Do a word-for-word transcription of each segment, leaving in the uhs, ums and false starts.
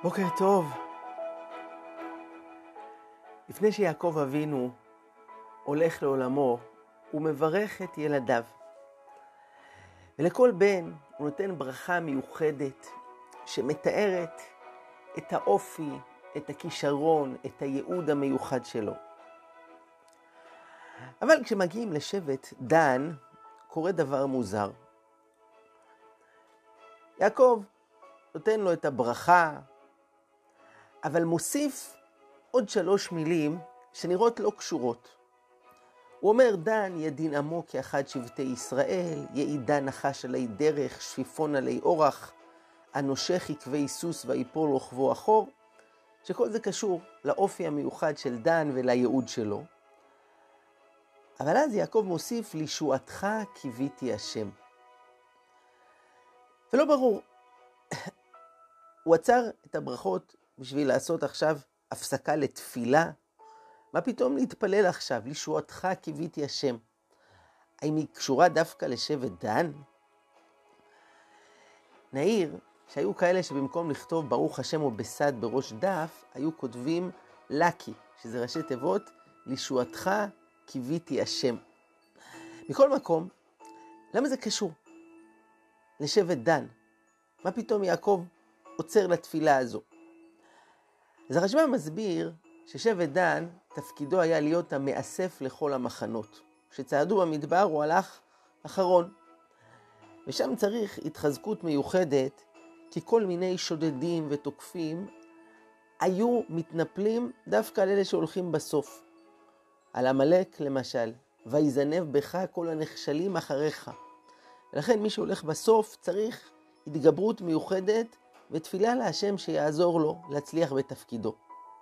בוקר טוב. לפני שיעקב אבינו הולך לעולמו, הוא מברך את ילדיו. ולכל בן הוא נותן ברכה מיוחדת שמתארת את האופי, את הכישרון, את הייעוד המיוחד שלו. אבל כשמגיעים לשבט דן, קורה דבר מוזר. יעקב נותן לו את הברכה, אבל מוסיף עוד שלוש מילים שנראות לא קשורות. הוא אומר, דן ידין עמו כאחד שבטי ישראל, יעידה נחש עלי דרך, שפיפון עלי אורח, אנושך יקבי סוס ויפול רוכבו אחור, שכל זה קשור לאופי המיוחד של דן ולייעוד שלו. אבל אז יעקב מוסיף, לישועתך קיוויתי השם. ולא ברור, הוא עצר את הברכות בשביל לעשות עכשיו הפסקה לתפילה. מה פתאום להתפלל עכשיו? לישועתך קיוויתי השם. האם היא קשורה דווקא לשבט דן? נעיר שהיו כאלה שבמקום לכתוב ברוך השם או בסד בראש דף, היו כותבים לקי, שזה ראשי תיבות, לישועתך קיוויתי השם. מכל מקום, למה זה קשור לשבט דן? מה פתאום יעקב עוצר לתפילה הזו? אז הרשב"ם מסביר ששבט דן תפקידו היה להיות המאסף לכל המחנות. כשצעדו במדבר הוא הלך אחרון. ושם צריך התחזקות מיוחדת, כי כל מיני שודדים ותוקפים היו מתנפלים דווקא על אלה שהולכים בסוף. על עמלק למשל, ויזנב בך כל הנחשלים אחריך. ולכן מי שהולך בסוף צריך התגברות מיוחדת ותפילה להשם שיעזור לו להצליח בתפקידו.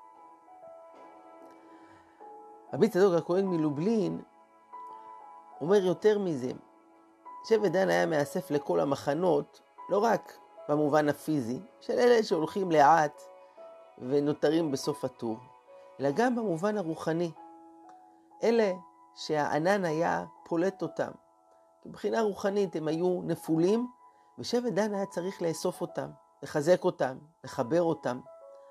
רבי צדוק הכהן מלובלין אומר יותר מזה, שבט דן היה מאסף לכל המחנות, לא רק במובן הפיזי, של אלה שהולכים לאט ונותרים בסוף הטור, אלא גם במובן הרוחני. אלה שהענן היה פולט אותם. מבחינה רוחנית הם היו נפולים, ושבט דן היה צריך לאסוף אותם, לחזק אותם, לחבר אותם.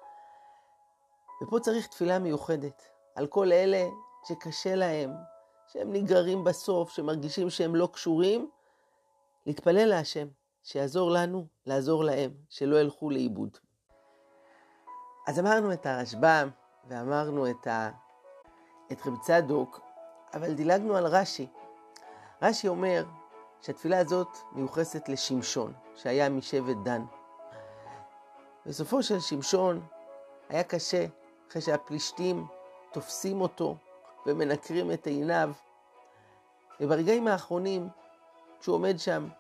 ופה צריך תפילה מיוחדת על כל אלה שקשה להם, שהם נגררים בסוף, שמרגישים שהם לא קשורים, להתפלל להשם, שיעזור לנו, לעזור להם, שלא ילכו לאיבוד. אז אמרנו את הרשב"ם, ואמרנו את, ה... את רב צדוק, אבל דילגנו על רש"י. רש"י אומר שהתפילה הזאת מיוחסת לשמשון, שהיה משבט דן. בסופו של שמשון היה קשה, אחרי שהפלישתים תופסים אותו ומנקרים את עיניו. וברגעים האחרונים, כשהוא עומד שם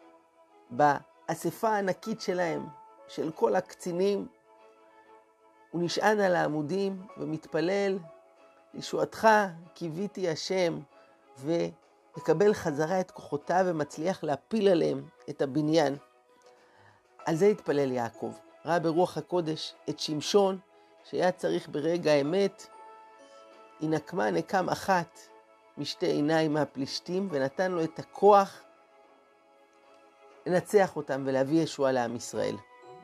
באספה הענקית שלהם, של כל הקצינים, הוא נשען על העמודים ומתפלל, לישועתך קיוויתי השם, ומקבל חזרה את כוחותיו ומצליח להפיל עליהם את הבניין. על זה התפלל יעקב. ראה ברוח הקודש את שמשון, שהיה צריך ברגע האמת, ינקמה נקם אחת משתי עיניים מהפלישתים, ונתן לו את הכוח לנצח אותם ולהביא ישועה לעם ישראל.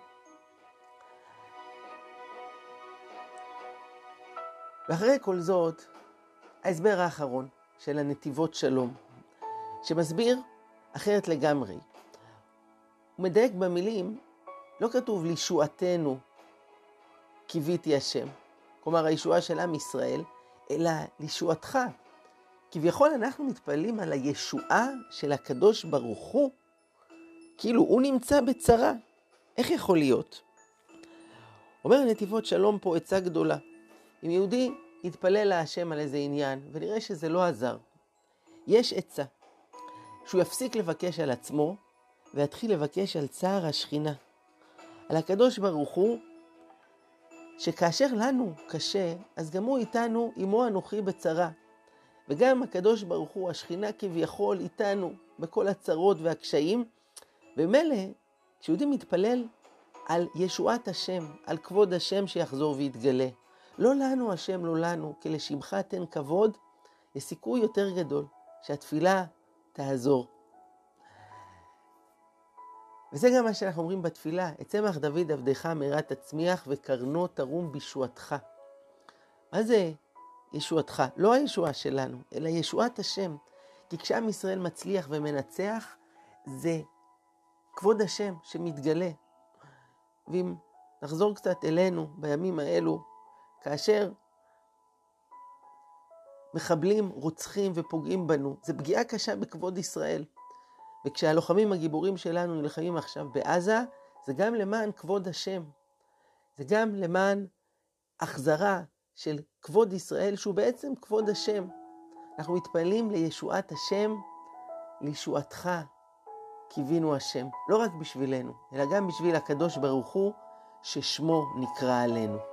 ואחרי כל זאת, ההסבר האחרון של הנתיבות שלום, שמסביר אחרת לגמרי. הוא מדייק במילים, לא כתוב לישועתנו קיוויתי השם, כלומר הישועה של עם ישראל, אלא לישועתך. כביכול אנחנו מתפעלים על הישועה של הקדוש ברוך הוא, כאילו הוא נמצא בצרה. איך יכול להיות? אומר הנתיבות שלום פה עצה גדולה. אם יהודי יתפלל להשם על איזה עניין, ונראה שזה לא עזר, יש עצה, שהוא יפסיק לבקש על עצמו, ויתחיל לבקש על צער השכינה. על הקדוש ברוך הוא, שכאשר לנו קשה, אז גם הוא איתנו, עמו אנוכי בצרה. וגם הקדוש ברוך הוא, השכינה כביכול איתנו, בכל הצרות והקשיים. ומילא, כשיהודי מתפלל על ישועת השם, על כבוד השם שיחזור ויתגלה. לא לנו השם, לא לנו, כי לשמך תן כבוד, יש סיכוי יותר גדול שהתפילה תעזור. וזה גם מה שאנחנו אומרים בתפילה, את צמח דוד עבדך מהרה תצמיח וקרנו תרום בישועתך. מה זה ישועתך? לא הישועה שלנו, אלא ישועת השם. כי כשעם ישראל מצליח ומנצח, זה כבוד השם שמתגלה. ואם נחזור קצת אלינו בימים האלו, כאשר מחבלים, רוצחים ופוגעים בנו, זה פגיעה קשה בכבוד ישראל. וכשהלוחמים הגיבורים שלנו נלחמים עכשיו בעזה, זה גם למען כבוד השם. זה גם למען החזרה של כבוד ישראל, שהוא בעצם כבוד השם. אנחנו מתפעלים לישועת השם, לישועתך קיווינו השם. לא רק בשבילנו, אלא גם בשביל הקדוש ברוך הוא, ששמו נקרא עלינו.